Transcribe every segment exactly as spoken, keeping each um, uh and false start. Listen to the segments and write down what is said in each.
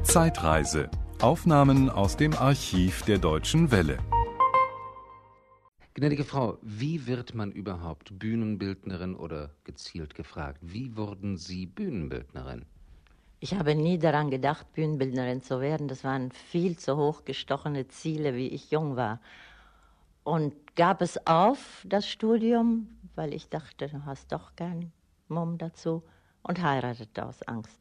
Zeitreise. Aufnahmen aus dem Archiv der Deutschen Welle. Gnädige Frau, wie wird man überhaupt Bühnenbildnerin oder gezielt gefragt, wie wurden Sie Bühnenbildnerin? Ich habe nie daran gedacht, Bühnenbildnerin zu werden. Das waren viel zu hochgestochene Ziele, wie ich jung war. Und gab es auf, das Studium, weil ich dachte, du hast doch keinen Mumm dazu, und heiratete aus Angst.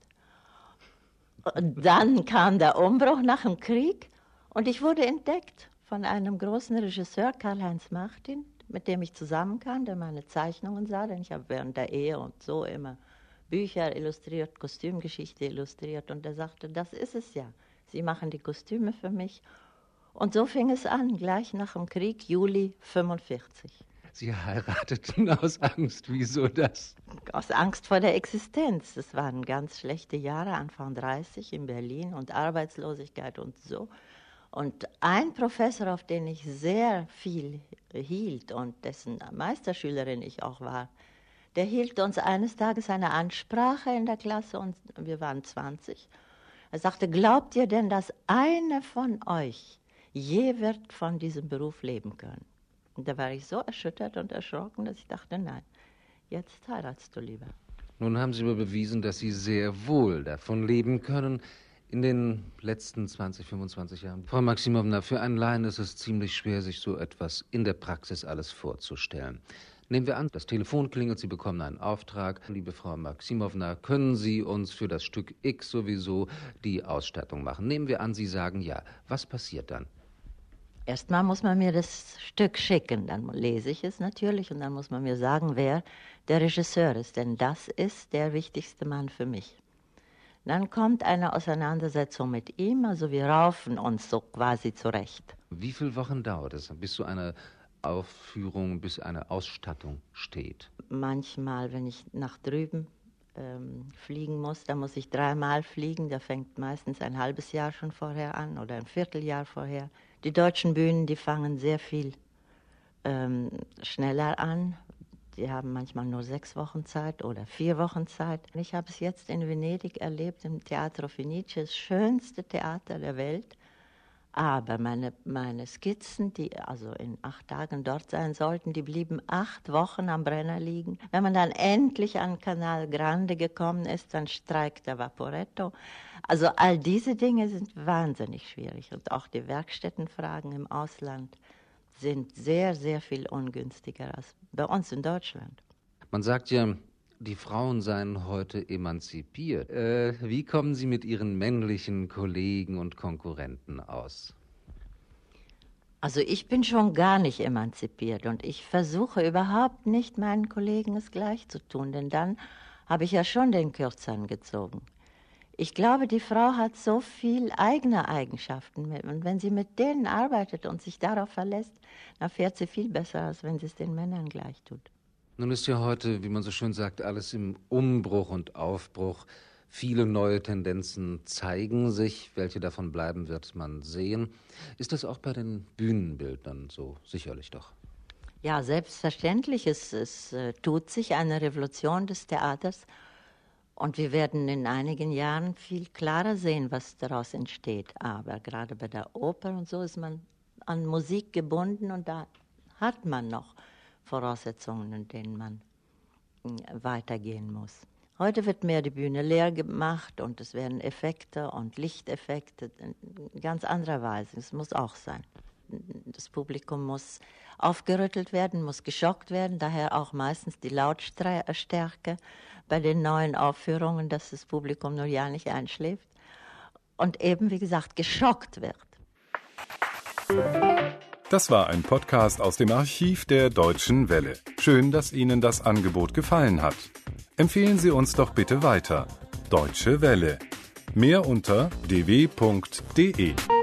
Und dann kam der Umbruch nach dem Krieg und ich wurde entdeckt von einem großen Regisseur, Karl-Heinz Martin, mit dem ich zusammenkam, der meine Zeichnungen sah, denn ich habe während der Ehe und so immer Bücher illustriert, Kostümgeschichte illustriert, und er sagte, das ist es ja, Sie machen die Kostüme für mich. Und so fing es an, gleich nach dem Krieg, Juli fünfundvierzig. Sie heirateten aus Angst, wieso das? Aus Angst vor der Existenz. Es waren ganz schlechte Jahre, Anfang dreißig in Berlin und Arbeitslosigkeit und so. Und ein Professor, auf den ich sehr viel hielt und dessen Meisterschülerin ich auch war, der hielt uns eines Tages eine Ansprache in der Klasse und wir waren zwanzig. Er sagte, glaubt ihr denn, dass eine von euch je wird von diesem Beruf leben können? Und da war ich so erschüttert und erschrocken, dass ich dachte, nein, jetzt heiratst du lieber. Nun haben Sie mir bewiesen, dass Sie sehr wohl davon leben können. In den letzten zwanzig, fünfundzwanzig Jahren. Frau Maximowna, für einen Laien ist es ziemlich schwer, sich so etwas in der Praxis alles vorzustellen. Nehmen wir an, das Telefon klingelt, Sie bekommen einen Auftrag. Liebe Frau Maximowna, können Sie uns für das Stück X sowieso die Ausstattung machen? Nehmen wir an, Sie sagen ja. Was passiert dann? Erstmal muss man mir das Stück schicken, dann lese ich es natürlich und dann muss man mir sagen, wer der Regisseur ist, denn das ist der wichtigste Mann für mich. Dann kommt eine Auseinandersetzung mit ihm, also wir raufen uns so quasi zurecht. Wie viele Wochen dauert es, bis so eine Aufführung, bis eine Ausstattung steht? Manchmal, wenn ich nach drüben ähm, fliegen muss, dann muss ich dreimal fliegen, da fängt meistens ein halbes Jahr schon vorher an oder ein Vierteljahr vorher. Die deutschen Bühnen, die fangen sehr viel ähm, schneller an. Die haben manchmal nur sechs Wochen Zeit oder vier Wochen Zeit. Ich habe es jetzt in Venedig erlebt, im Teatro Fenice, das schönste Theater der Welt. Aber meine, meine Skizzen, die also in acht Tagen dort sein sollten, die blieben acht Wochen am Brenner liegen. Wenn man dann endlich an Canal Grande gekommen ist, dann streikt der Vaporetto. Also all diese Dinge sind wahnsinnig schwierig. Und auch die Werkstättenfragen im Ausland sind sehr, sehr viel ungünstiger als bei uns in Deutschland. Man sagt ja, die Frauen seien heute emanzipiert. Äh, wie kommen Sie mit Ihren männlichen Kollegen und Konkurrenten aus? Also ich bin schon gar nicht emanzipiert und ich versuche überhaupt nicht, meinen Kollegen es gleich zu tun, denn dann habe ich ja schon den Kürzeren gezogen. Ich glaube, die Frau hat so viel eigene Eigenschaften und wenn sie mit denen arbeitet und sich darauf verlässt, dann fährt sie viel besser, als wenn sie es den Männern gleich tut. Nun ist ja heute, wie man so schön sagt, alles im Umbruch und Aufbruch. Viele neue Tendenzen zeigen sich. Welche davon bleiben, wird man sehen. Ist das auch bei den Bühnenbildnern so? Sicherlich doch. Ja, selbstverständlich. Es, es äh, tut sich eine Revolution des Theaters. Und wir werden in einigen Jahren viel klarer sehen, was daraus entsteht. Aber gerade bei der Oper und so ist man an Musik gebunden und da hat man noch Voraussetzungen, in denen man weitergehen muss. Heute wird mehr die Bühne leer gemacht und es werden Effekte und Lichteffekte in ganz anderer Weise. Das muss auch sein. Das Publikum muss aufgerüttelt werden, muss geschockt werden, daher auch meistens die Lautstärke bei den neuen Aufführungen, dass das Publikum nur ja nicht einschläft und eben, wie gesagt, geschockt wird. Das war ein Podcast aus dem Archiv der Deutschen Welle. Schön, dass Ihnen das Angebot gefallen hat. Empfehlen Sie uns doch bitte weiter. Deutsche Welle. Mehr unter d w punkt d e.